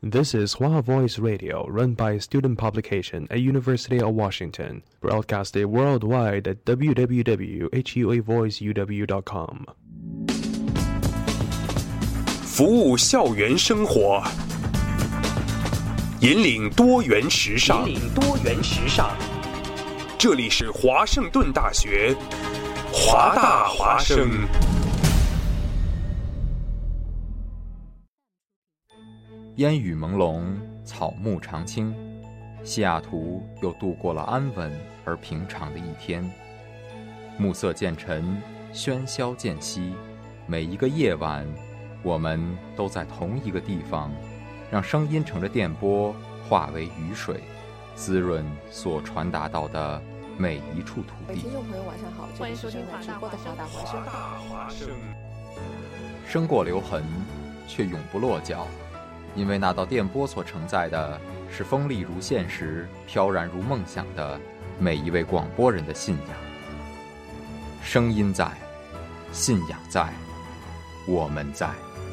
This is Hua Voice Radio, run by Student Publication at University of Washington, broadcasted worldwide at www.huavoiceuw.com. 服务校园生活，引领多元时尚。这里是华盛顿大学，华大华生。 烟雨朦胧，草木常青，西雅图又度过了安稳而平常的一天。暮色渐沉，喧嚣渐息，每一个夜晚，我们都在同一个地方，让声音乘着电波化为雨水，滋润所传达到的每一处土地。 听众朋友晚上好， 欢迎收听华大华生。 生过留痕，却永不落脚，因为那道电波所承载的是锋利如现实、飘然如梦想的每一位广播人的信仰。声音在，信仰在，我们在。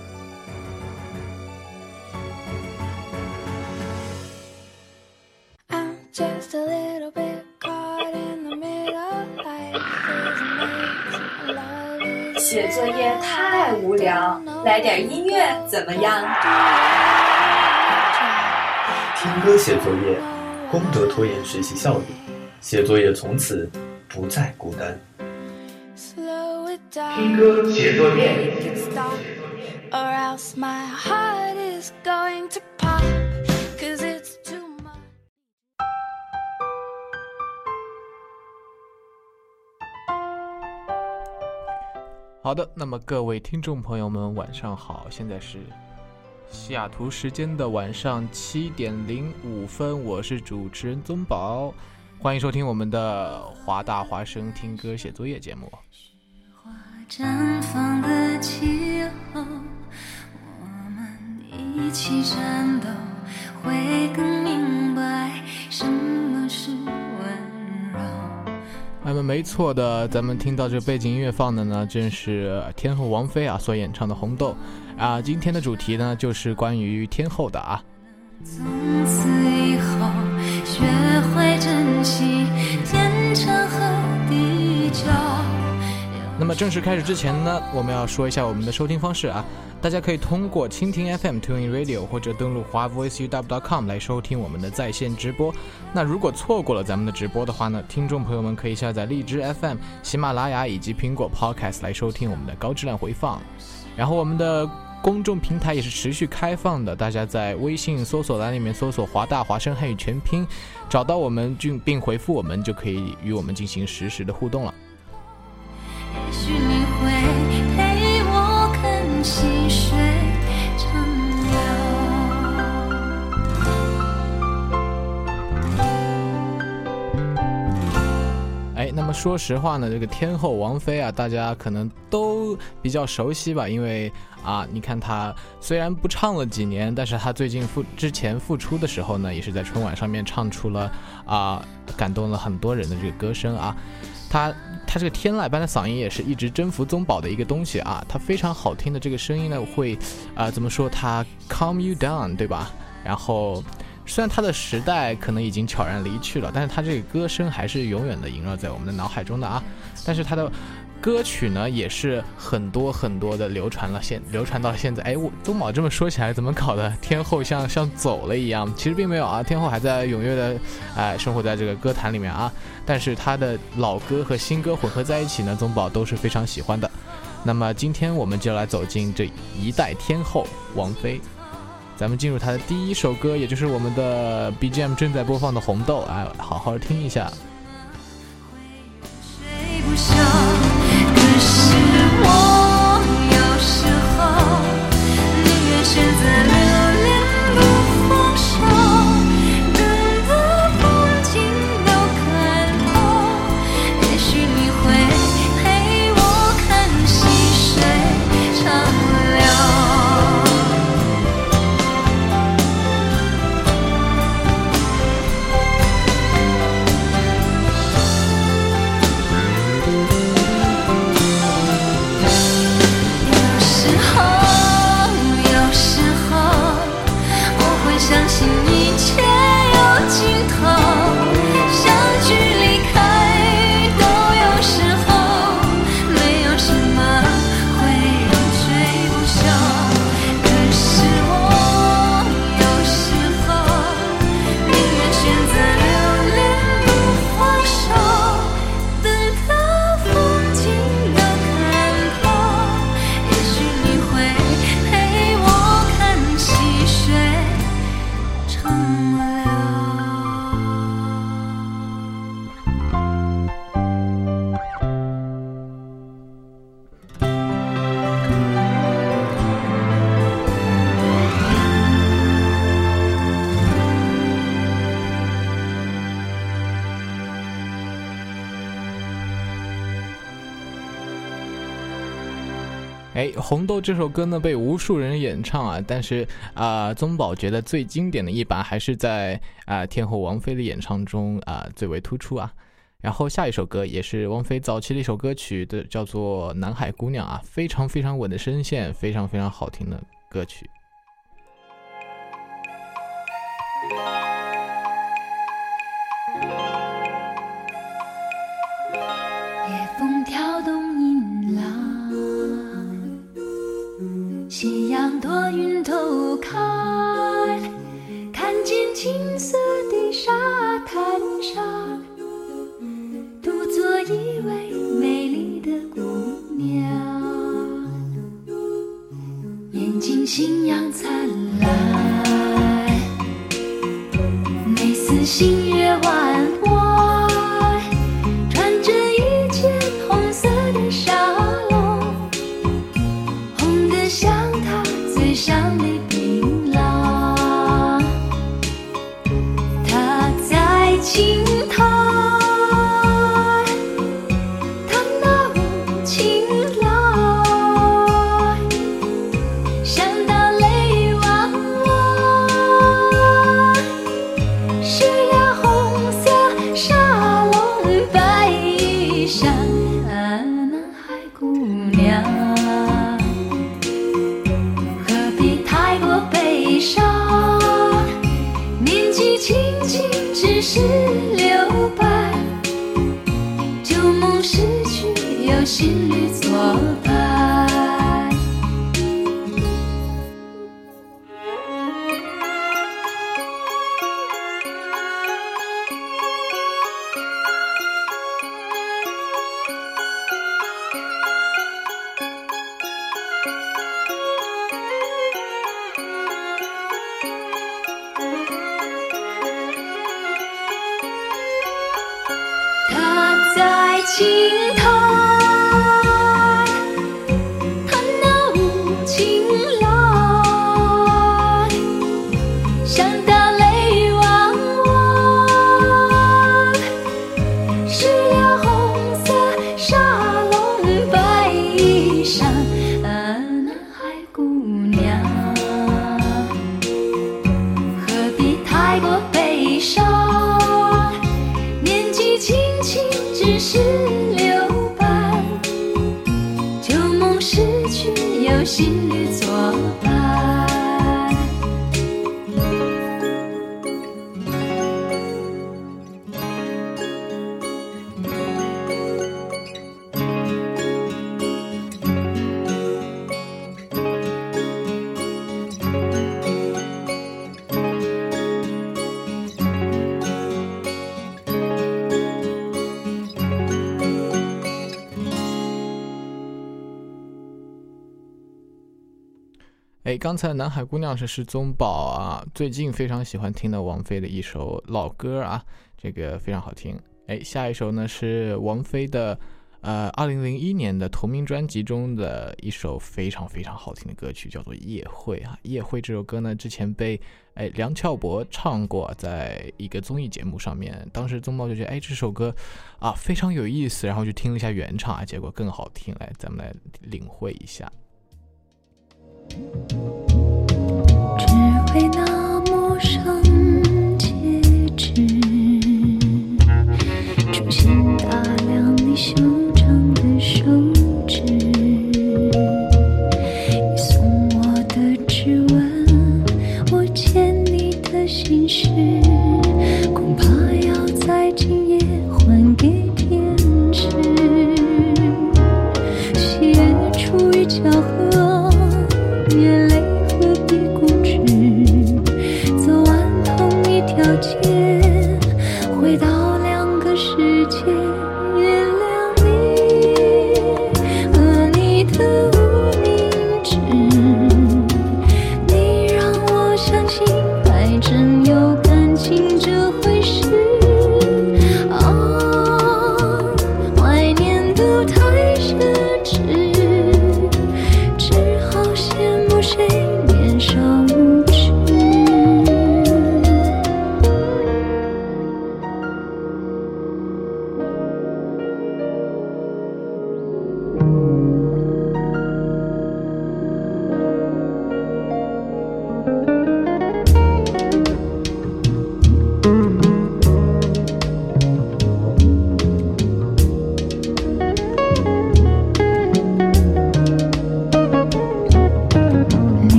写作业太无聊，来点音乐怎么样？ 听歌写作业，功德拖延学习效率，写作业从此不再孤单。 听歌写作业。 好的，那么各位听众朋友们晚上好，现在是西雅图时间的晚上7点05分，我是主持人宗宝，欢迎收听我们的华大华生听歌写作业节目。 绽放的气候，我们一起战斗，会更明白什么是温柔。 那么没错的，咱们听到这背景音乐放的呢，正是天后王菲所演唱的《红豆》啊。今天的主题呢，就是关于天后的啊。 从此以后，学会珍惜天长和地久。 那么正式开始之前呢，我们要说一下我们的收听方式啊。大家可以通过蜻蜓 FM、TuneIn Radio 或者登录华 voiceuw.com 来收听我们的在线直播。那如果错过了咱们的直播的话呢，听众朋友们可以下载荔枝 FM、喜马拉雅以及苹果 Podcast 来收听我们的高质量回放。然后我们的公众平台也是持续开放的，大家在微信搜索栏里面搜索华大华生汉语全拼，找到我们并回复我们，就可以与我们进行实时的互动了。 也许你会陪我看细水长流。那么说实话呢，这个天后王菲啊，大家可能都比较熟悉吧，因为你看她虽然不唱了几年，但是她最近之前复出的时候呢，也是在春晚上面唱出了感动了很多人的这个歌声啊。他这个天籁般的嗓音也是一直征服宗宝的一个东西啊，他非常好听的这个声音呢，会怎么说，他 calm you down， 对吧？然后虽然他的时代可能已经悄然离去了，但是他这个歌声还是永远的萦绕在我们的脑海中的啊。但是他的歌曲呢，也是很多很多的流传到了现在。我宗宝这么说起来，怎么搞的？天后像走了一样？其实并没有啊，天后还在踊跃的生活在这个歌坛里面啊。但是他的老歌和新歌混合在一起呢，宗宝都是非常喜欢的。那么今天我们就来走进这一代天后王菲，咱们进入她的第一首歌，也就是我们的 BGM 正在播放的《红豆》，好好听一下。 睡不休，可是我有时候宁愿选择留恋不放手，等到风景都看透，也许你会陪我看细水长流。 红豆这首歌呢被无数人演唱啊，但是宗宝觉得最经典的一版还是在天后王菲的演唱中最为突出啊。然后下一首歌也是王菲早期的一首歌曲的，叫做《南海姑娘》啊，非常非常稳的声线，非常非常好听的歌曲。 夜风挑动银浪，夕阳多云透开，看见青色的沙滩上，独坐一位美丽的姑娘，眼睛星阳灿烂，美似星月弯弯，穿着一件红色的纱笼，红得像她嘴上的槟榔，她在青苔只是留白，旧梦逝去，有新侣作伴。在青苔，他那无情来，像大泪汪汪，是呀红色纱笼白衣裳，南海姑娘，何必太过悲伤，年纪轻轻只是留白，旧梦逝去，有新侣作伴。 刚才南海姑娘是宗宝啊，最近非常喜欢听的王菲的一首老歌啊，这个非常好听。下一首呢是王菲的2001年的同名专辑中的一首非常非常好听的歌曲，叫做《夜会》啊。《夜会》这首歌呢之前被梁翘柏唱过，在一个综艺节目上面，当时宗宝就觉得这首歌啊非常有意思，然后就听了一下原唱啊，结果更好听，咱们来领会一下。 只为那陌生戒指，重新打量你修长的手指，你送我的指纹，我牵你的心事，恐怕要在今夜还给天使。喜悦出于巧合，眼泪何必固执，走完同一条街，回到两个世界，原谅你和你的无名指，你让我相信爱真有感情这回事啊，怀念都太奢侈，只好羡慕谁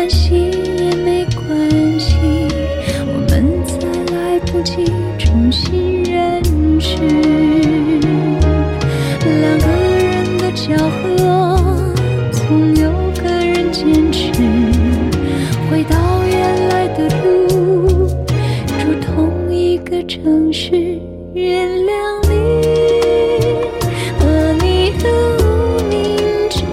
关系也没关系，我们在来不及重新认识。两个人的巧合，总有个人坚持，回到原来的路，住同一个城市，原谅你和你的无名指，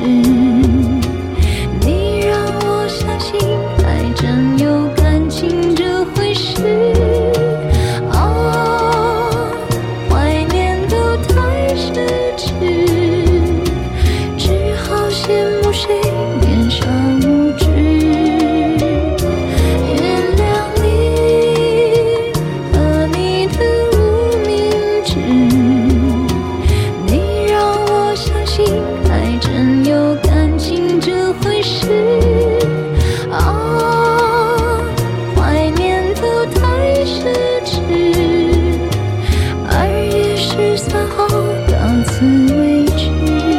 你让我相信爱真有感情这回事。怀念都太奢侈，只好羡慕谁年少无知。原谅你和你的无名指，你让我相信爱真有感情这回事。怀念都太奢侈，2月13号到此为止。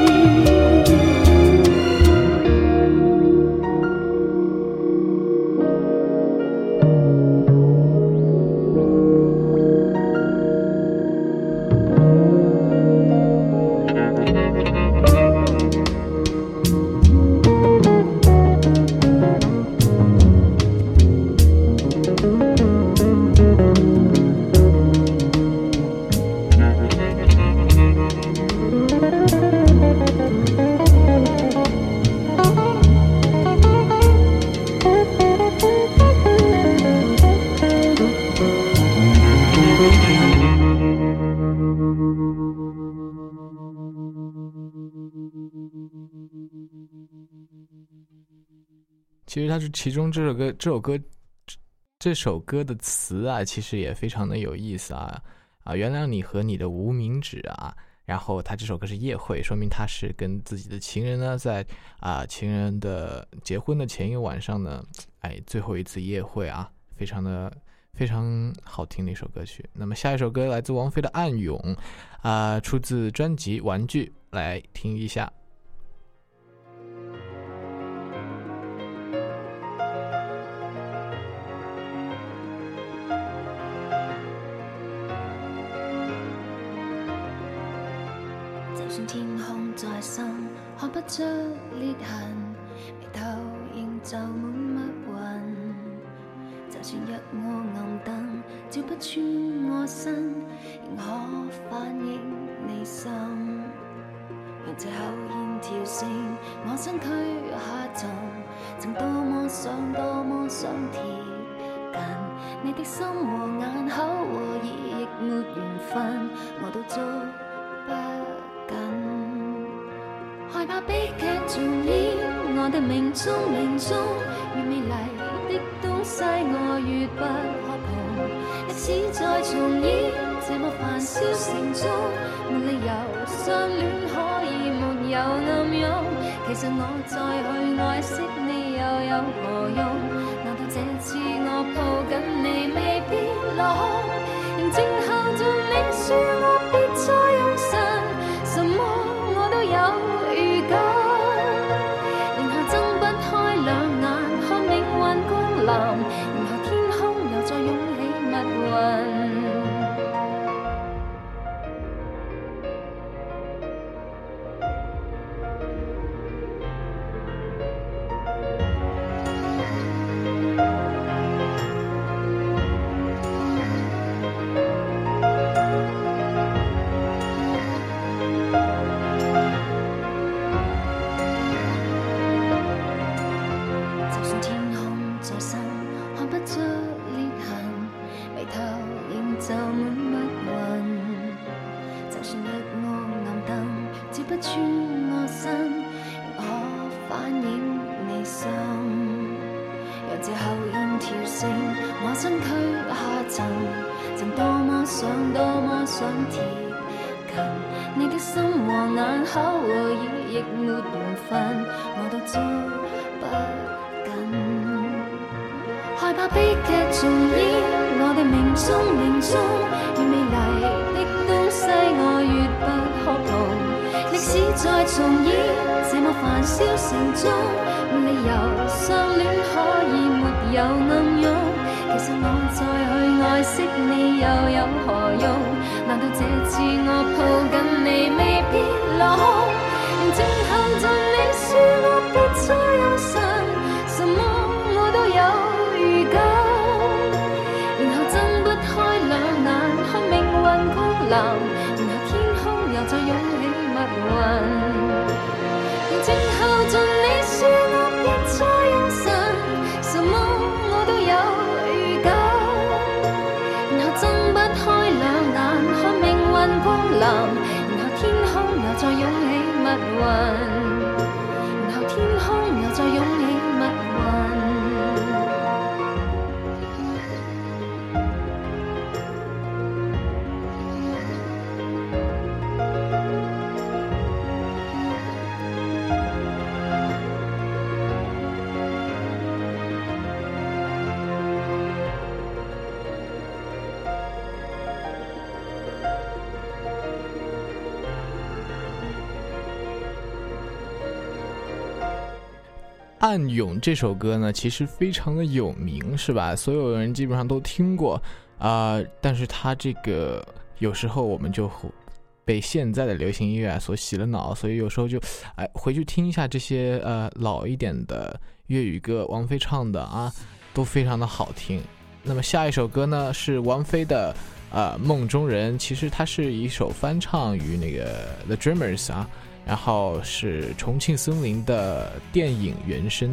其实它是其中这首歌的词啊，其实也非常的有意思啊。原谅你和你的无名指啊，然后他这首歌是夜会，说明他是跟自己的情人呢，在情人的结婚的前一个晚上呢，最后一次夜会啊，非常好听的一首歌曲。那么下一首歌来自王菲的《暗涌》，出自专辑《玩具》，来听一下。 就算天空再深，看不出裂痕，眉頭仍就滿密雲。就算一窩暗燈照不穿我身，仍可反映你心。讓這口煙跳升，我身軀下沉，曾多麼想貼近你的心和眼口，和意亦沒緣分，我都捉不緊。害怕悲劇重演，我的命中越美麗的東西我越不可碰。歷史再重演，這麼繁囂城中，沒理由相戀可以沒有暗湧。其實我再去愛惜你又有何用？難道這次我抱緊你未必落空？仍靜候着你說我別再用神，什麼我都有預感。然後睜不開兩眼看命運降臨，然後天空又再湧起密雲。害怕悲劇重演，我的命中越美麗的東西我越不可碰。歷史再重演，這麼繁囂城中，沒理由相戀可又暗湧。其實我再去愛惜你又有何用？難道這次我抱緊你未必落空？靜候盡你說我別再有神，什麼我都有預感。然後睜不開兩眼，看命運降臨，然後天空又再湧起密雲。靜候盡你說我別再有神，什麼我都有預感。然後睜不開兩眼，看命運降臨，然後天空又再湧起密雲，然後天空又再湧起密雲。 暗涌这首歌呢，其实非常的有名，是吧？所有人基本上都听过但是它这个有时候我们就被现在的流行音乐所洗了脑，所以有时候就回去听一下这些老一点的粤语歌，王菲唱的都非常的好听。那么下一首歌呢是王菲的梦中人，其实它是一首翻唱于那个 The Dreamers 然后是重庆森林的电影原声。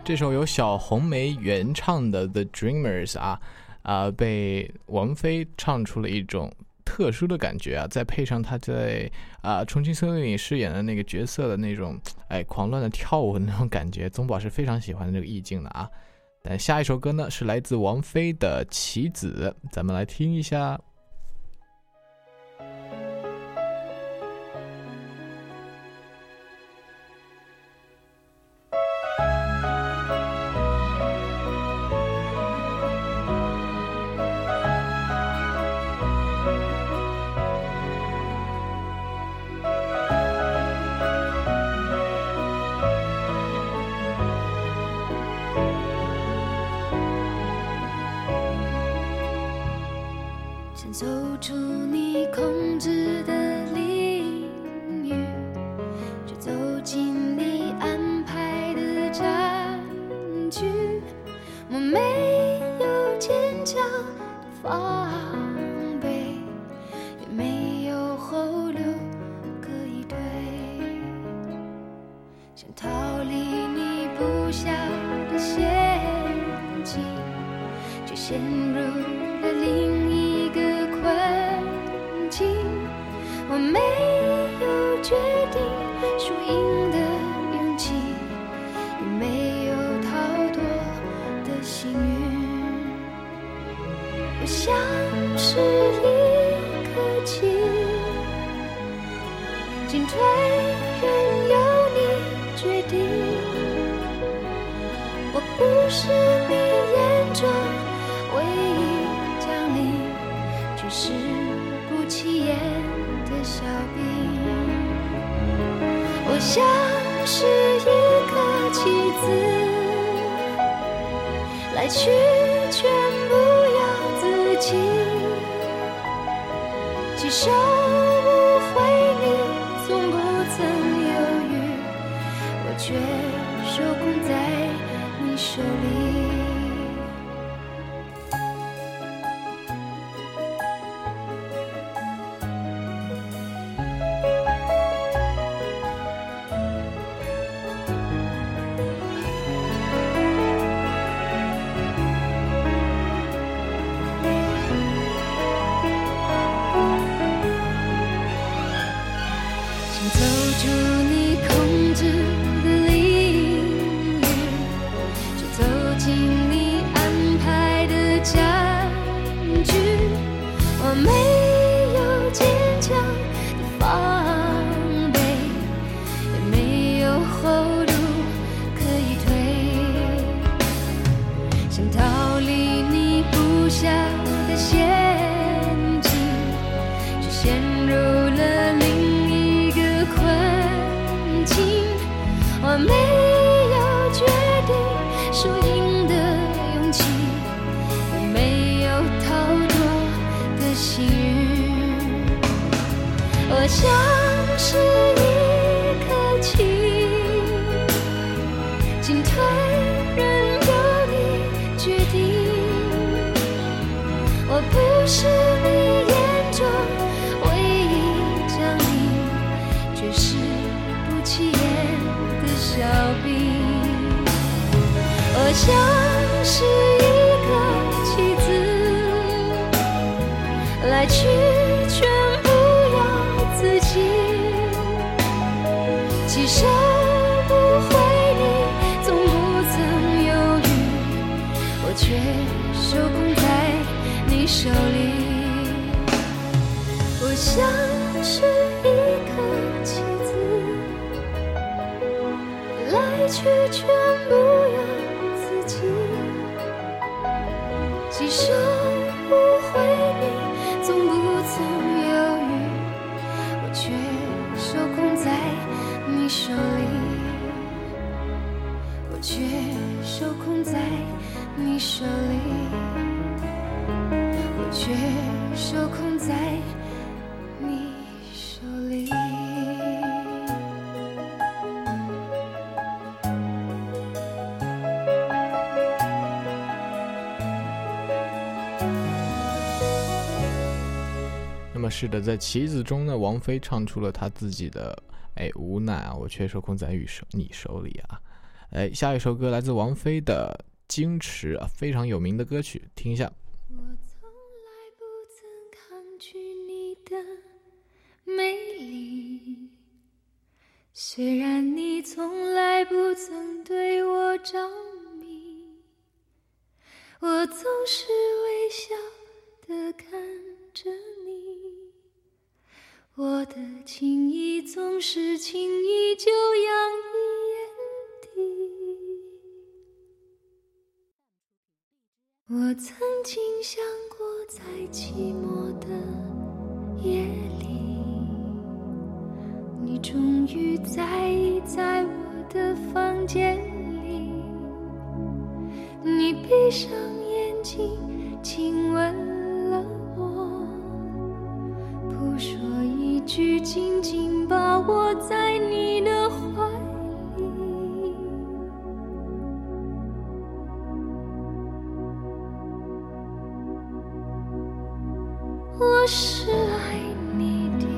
这首由小红莓原唱的 The Dreamers 被王菲唱出了一种特殊的感觉啊，再配上她在重庆森林里饰演的那个角色的那种狂乱的跳舞的那种感觉，宗宝是非常喜欢的这个意境的啊。但下一首歌呢是来自王菲的《棋子》，咱们来听一下。 想走出你控制的领域，就走进你安排的战局。我没有坚强的防备，也没有后路可以退。想逃离你布下的陷阱，却陷入了另一个困境。我没有决定输赢的勇气，也没有逃脱的幸运。我像是一颗棋，进退任由你决定。我不是你眼中唯一将领，只是不起眼的小兵。我像是一颗棋子，来去全不由自己，几手无回你从不曾犹豫，我却受控在你手里。我像是一颗棋，进退任由你决定。我不是你眼中唯一将领，却是不起眼的小兵。我像是一颗棋子，来去全不由自己，几手不回你从不曾犹豫，我却受控在你手里。我像是一颗棋子，来去全不由自己，几手不回你从不曾犹豫，我却受控在你手里，我却受控在你手里，我却受控在你手里。 那么是的，在棋子中呢，王菲唱出了她自己的无奈啊，我却受控在你手里啊。 下一首歌来自王菲的《矜持》啊，非常有名的歌曲，听一下。 我从来不曾抗拒你的美丽，虽然你从来不曾对我着迷，我总是微笑地看着你，我的情意总是轻易就洋溢眼底。我曾经想过，在寂寞的夜里，你终于在意在我的房间里，你闭上眼睛亲吻了我，不说一句，紧紧把我在你的怀里。我是爱你的，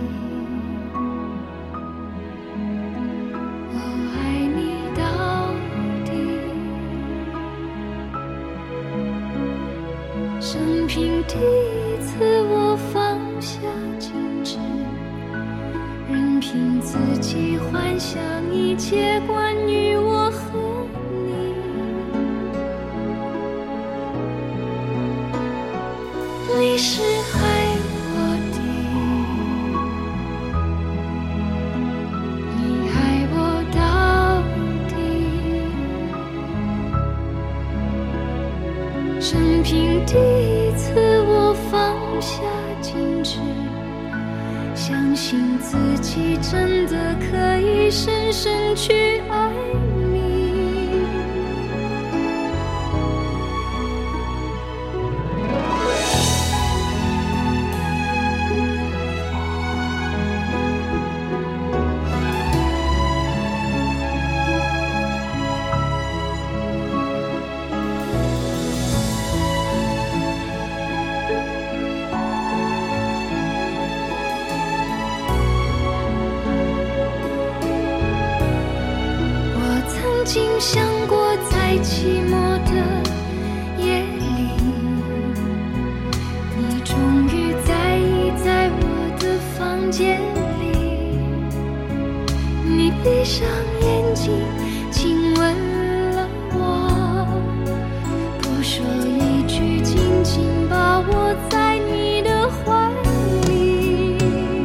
我爱你到底。生平第一次我放下矜持，任凭自己幻想一切关于我和你。你是爱我的，你爱我到底。生平第一次我放下矜持，相信自己真的可以深深去爱你。曾经想过，在寂寞的夜里，你终于在意在我的房间里，你闭上眼睛亲吻了我，不说一句，紧紧把我在你的怀里。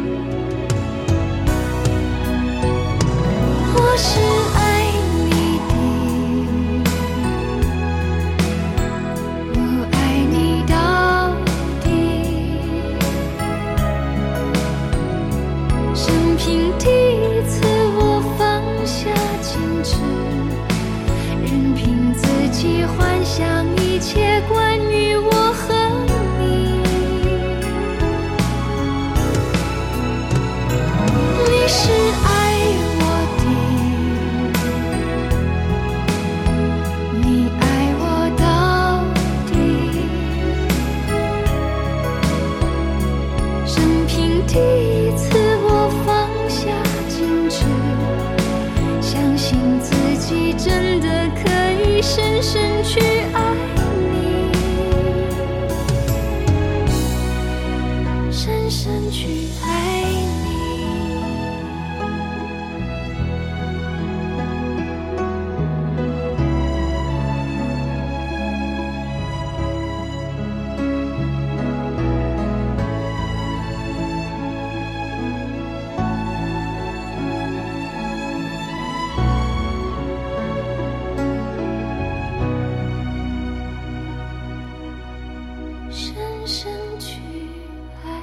我是爱第一次我放下矜持，任凭自己幻想一切关于我和你。你是爱我的，你爱我到底。任凭第一次我放下矜持，相信自己真的可以深深去爱你，深深去爱你。深深去爱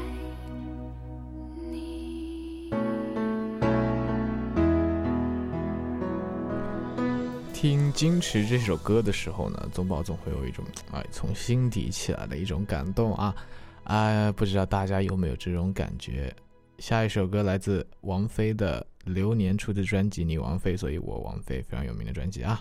你。 听《矜持》这首歌的时候呢，宗宝总会有一种从心底起来的一种感动啊，不知道大家有没有这种感觉？下一首歌来自王菲的《流年》，出自专辑《你王菲所以我王菲》，非常有名的专辑啊。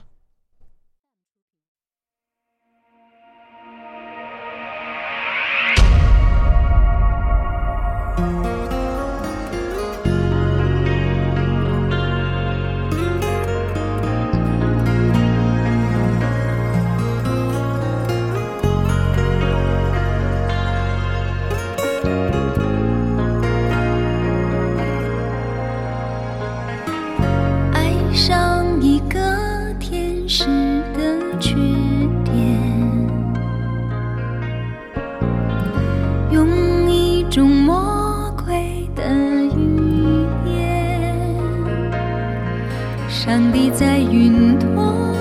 上帝在云端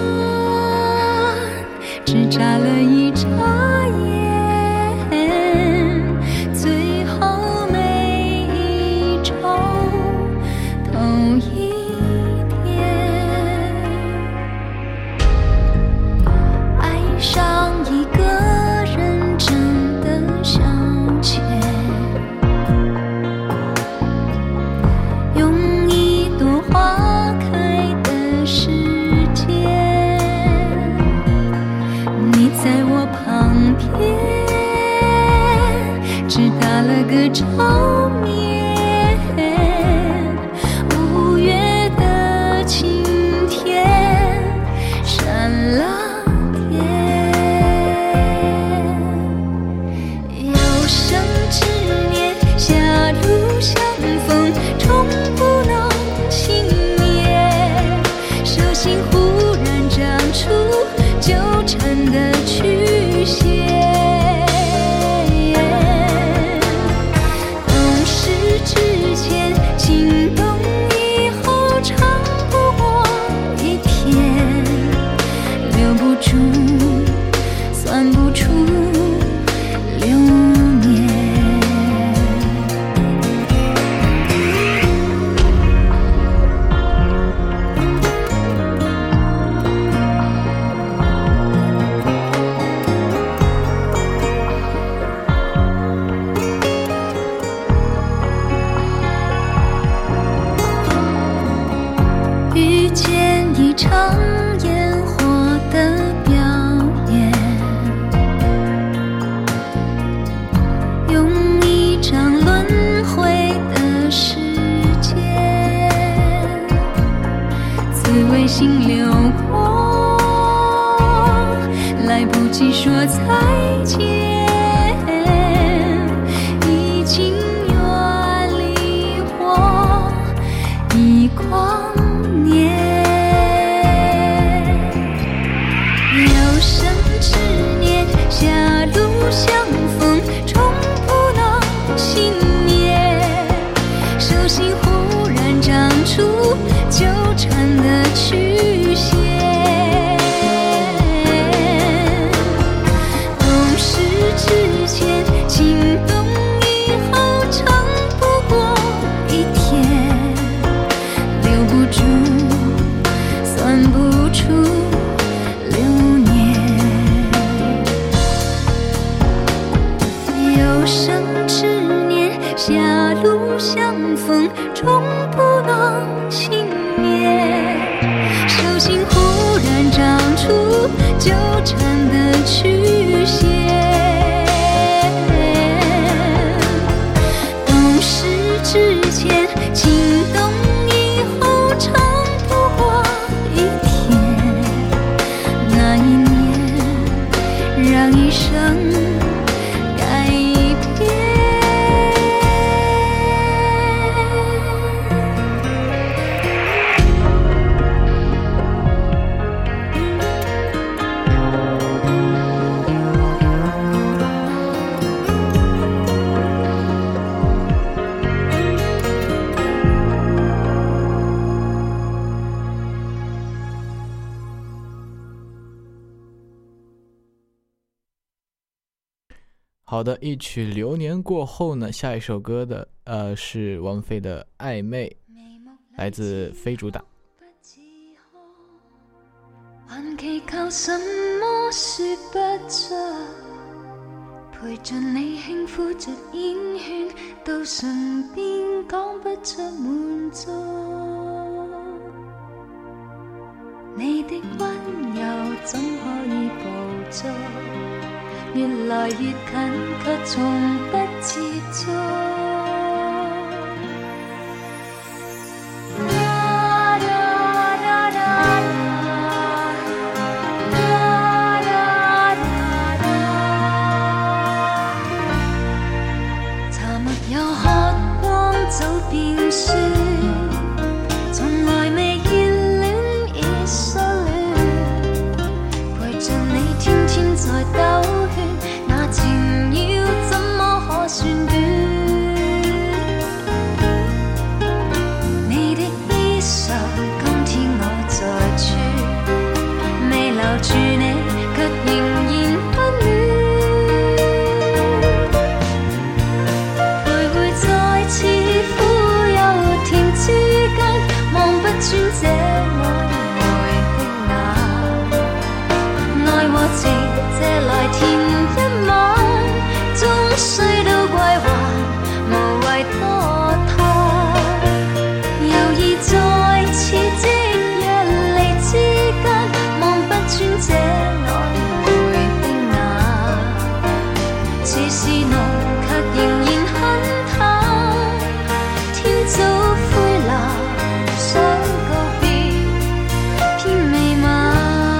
只眨了一眨眼，最后每一周都一点，爱上一个人真的向前，用一朵花开的时间，你在我旁边只打了个照面，五月的晴天闪了天，有生之年狭路相逢终不能幸免，手心忽然长出纠缠的曲线，懂事之前心动以后长不过一天，留不住算不出流年，遇见一场烟火的表演，用一张轮回的时间，滋味心流过，来不及说再见，已经远离我一光年，有生之年狭路相逢终不能幸免，手心忽然长出纠缠的曲线，懂事之前心动以后长不过一天，留不住算不出流年，有生之年狭路相逢终不能幸免，手心忽然长出纠缠的曲线，懂事之前心动以后长不过一天，那一年让一生改变。 好的，一曲流年过後呢，下一首歌的是王菲的曖昧，來自非主打。 還祈求什麼說不出，陪着你輕撫着煙圈，到唇邊講不出滿足，你的溫柔怎可以捕捉，越來越近卻從不接觸，茶沒有喝光早變酸，從來未熱戀已失戀，陪着你天天在兜圈，那情要怎麼可算短？ 濃卻仍然很淡，天早灰藍，想告別偏未晚。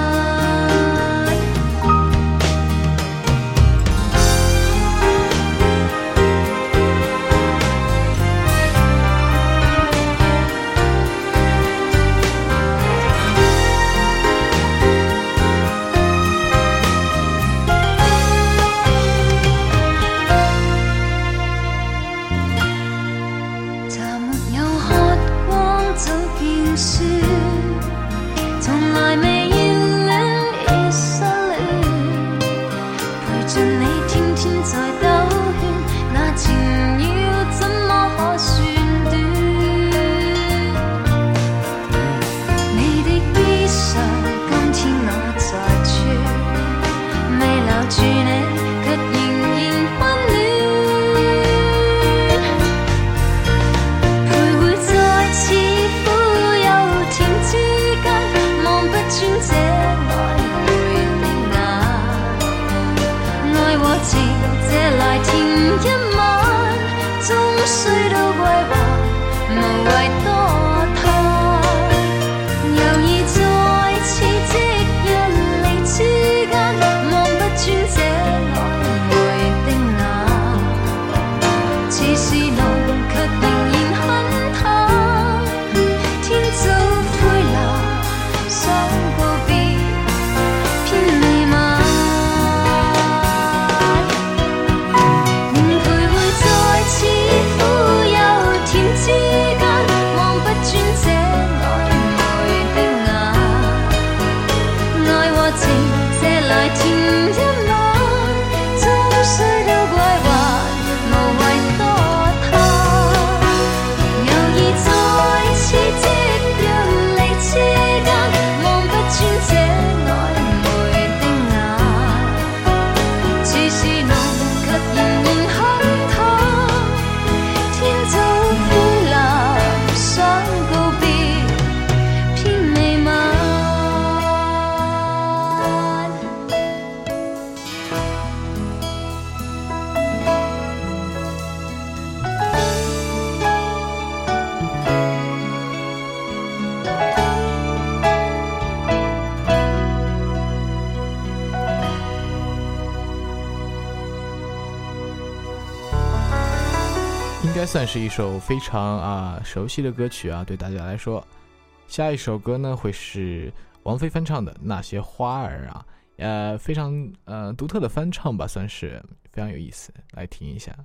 应该算是一首非常熟悉的歌曲啊，对大家来说。下一首歌呢会是王菲翻唱的《那些花儿》啊，非常独特的翻唱吧，算是非常有意思，来听一下。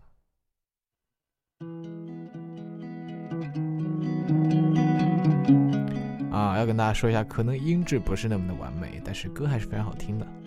要跟大家说一下，可能音质不是那么的完美，但是歌还是非常好听的。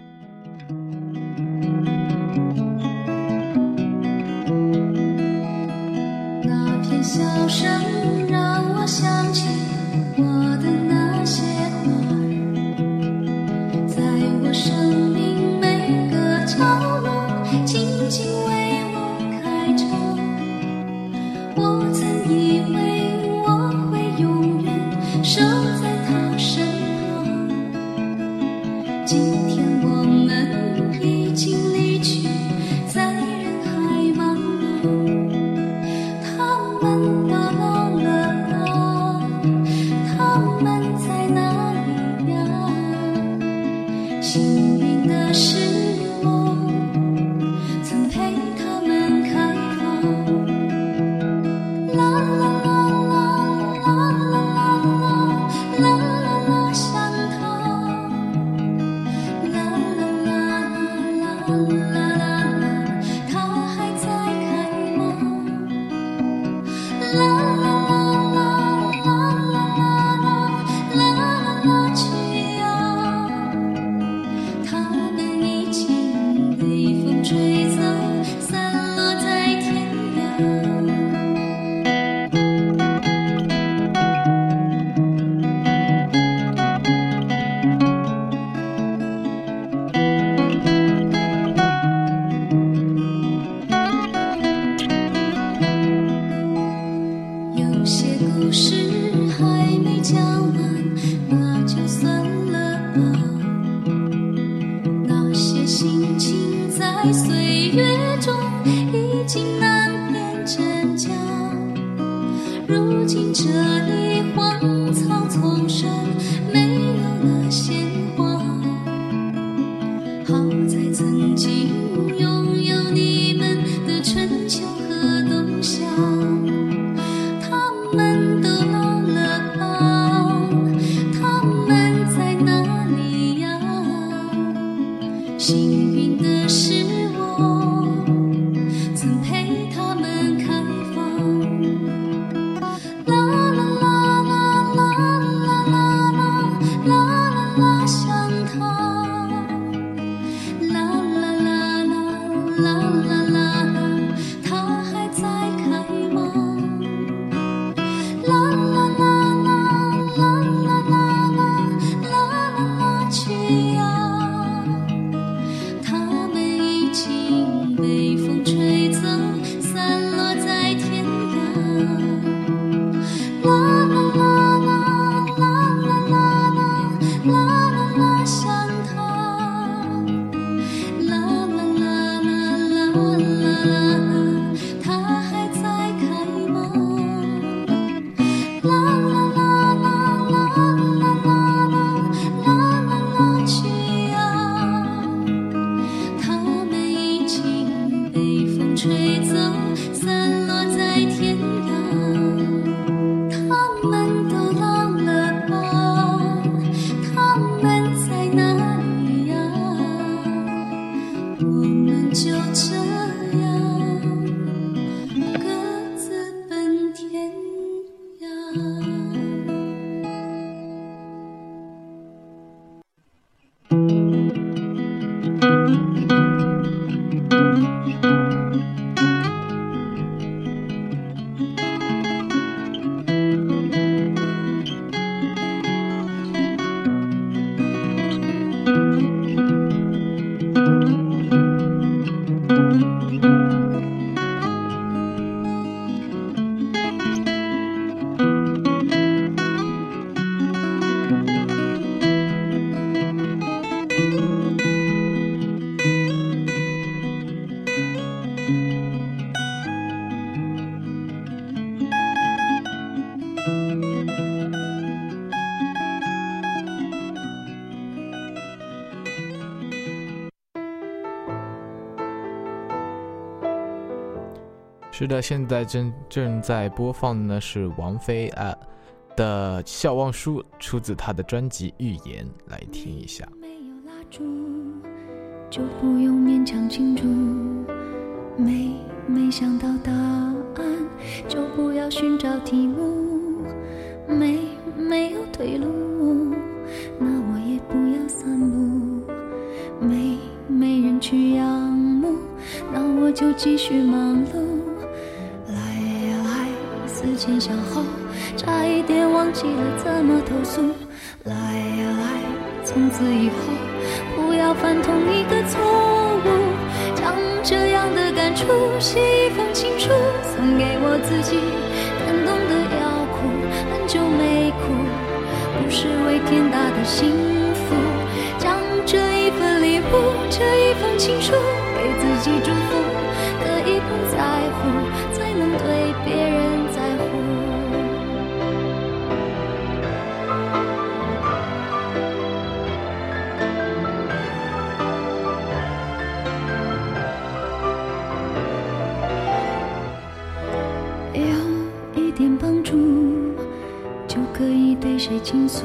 那片笑声让我想起我的那些花儿，在我生命每个角落静静为我开着。我曾以为我会永远守在她身旁，今天我如今这里荒草丛生，没有了鲜花。好在曾经拥有你们的春秋和冬夏，他们都老了吧？他们在哪里呀？幸运的是我曾陪他们开放。啦啦啦啦啦啦啦啦啦啦，想他。啦啦啦啦啦啦啦啦，他还在开吗？啦啦啦啦啦啦啦啦啦啦，去呀！他们已经被风吹走，散落在天涯。啦啦啦啦啦啦啦啦啦啦，想他。啦啦啦啦啦啦啦，他还在开吗？啦啦啦啦啦啦啦啦啦，去呀！他们已经被风吹走，散落在天涯。他们都老了吧？他们在哪里呀？我们就这样各自奔天涯。 是的，现在正在播放的呢是王菲的《笑忘书》，出自她的专辑《预言》，来听一下。 没有蜡烛，就不用勉强庆祝；没想到答案，就不要寻找题目；没有退路，那我也不要散步；没人去仰慕，那我就继续忙碌。思前想后，差一点忘记了怎么投诉。来呀来，从此以后不要犯同一个错误。将这样的感触写一封情书，送给我自己。感动的要哭，很久没哭，不是为天大的幸福。将这一份礼物，这一封情书，给自己祝福。可以不在乎，才能对别人在乎。有一点帮助，就可以对谁倾诉；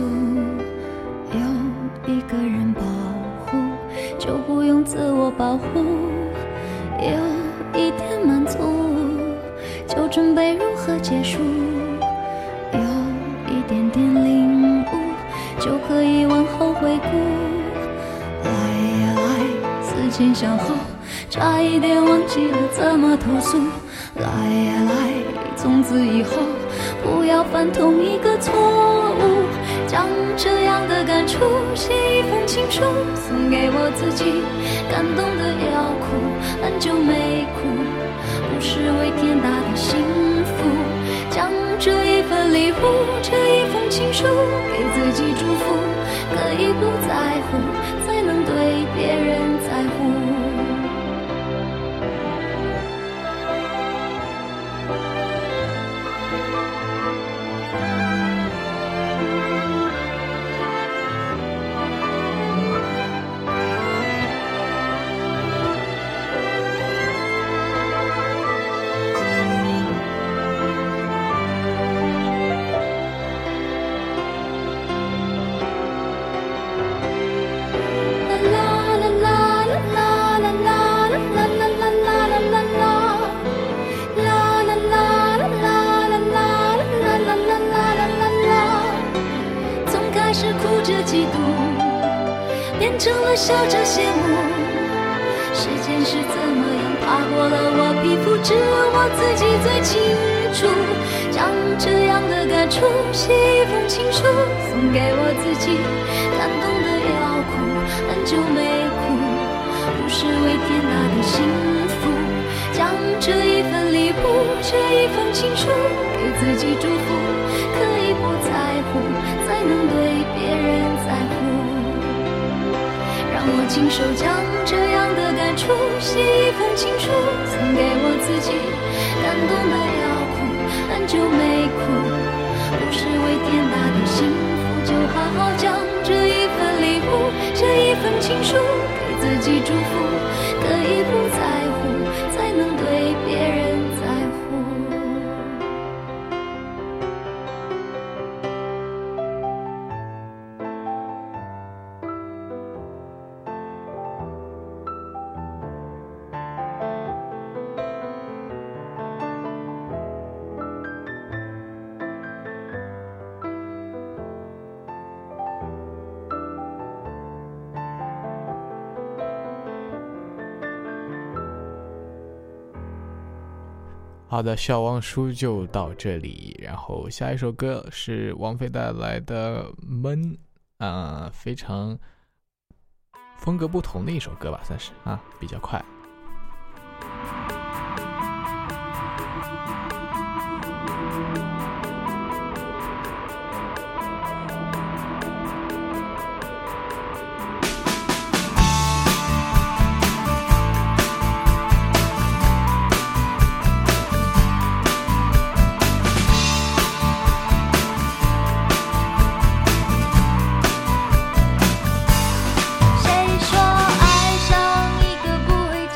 有一个人保护，就不用自我保护；有一点满足，就准备如何结束；有一点点领悟，就可以往后回顾。来呀来，思前想后，差一点忘记了怎么投诉。来呀来，从此以后不要犯同一个错误。将这样的感触写一封情书，送给我自己。感动的要哭，很久没哭，不是为天大的幸福。将这一份礼物，这一封情书，给自己祝福。可以不在乎，才能对别人在乎。 嫉妒，变成了笑着羡慕。时间是怎么样爬过了我皮肤，只有我自己最清楚。将这样的感触写一封情书，送给我自己，感动的要哭，很久没哭，不是为天大的幸福。将这一份礼物，这一封情书，给自己祝福，可以不在乎，才能对别人在乎。让我亲手将这样的感触写一封情书，送给我自己，感动的要哭，很久没哭，不是为天大的幸福，就好好将这一份礼物，这一份情书，给自己祝福，可以不在乎，才能对别人在乎。 好的，笑忘书就到这里，然后下一首歌是王菲带来的闷，非常风格不同的一首歌吧，算是比较快。 谁说爱上一个不会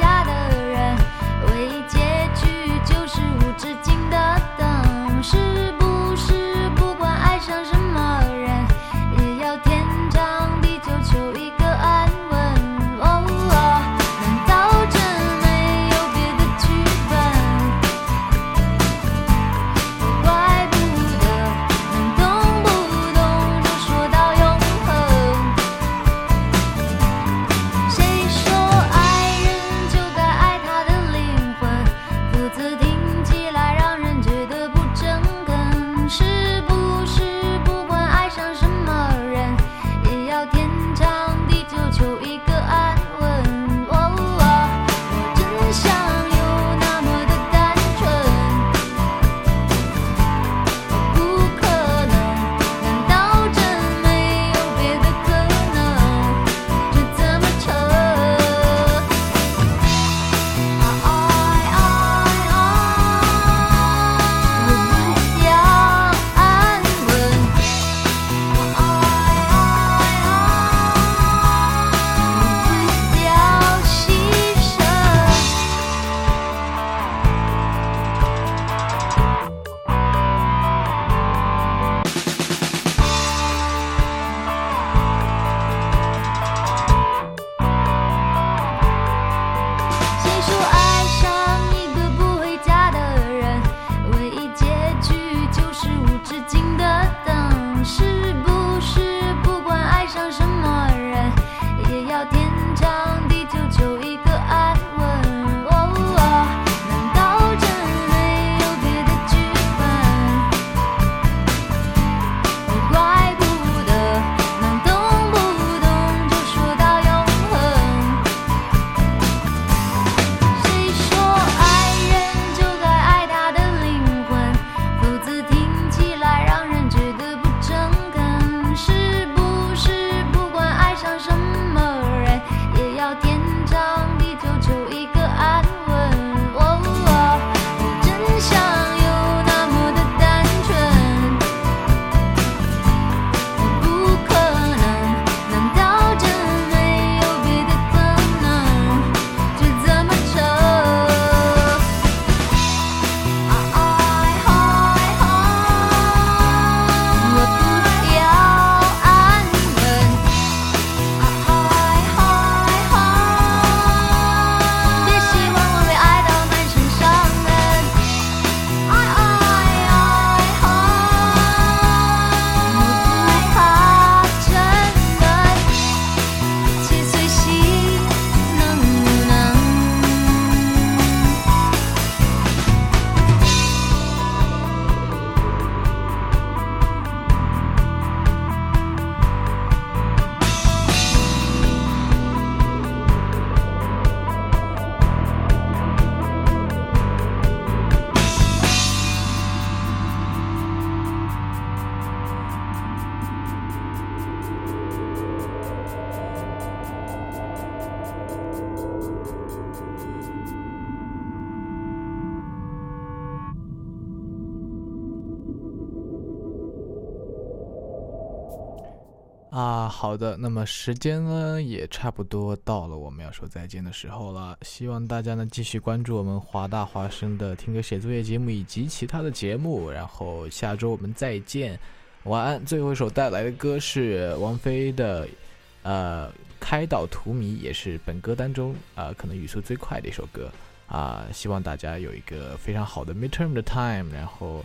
好的，那么时间呢也差不多到了我们要说再见的时候了，希望大家呢继续关注我们华大华生的听歌写作业节目以及其他的节目，然后下周我们再见，晚安。最后一首带来的歌是王菲的开导荼蘼，也是本歌单中可能语速最快的一首歌希望大家有一个非常好的 midterm 的 time， 然后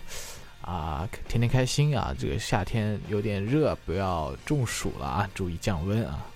天天开心这个夏天有点热，不要中暑了注意降温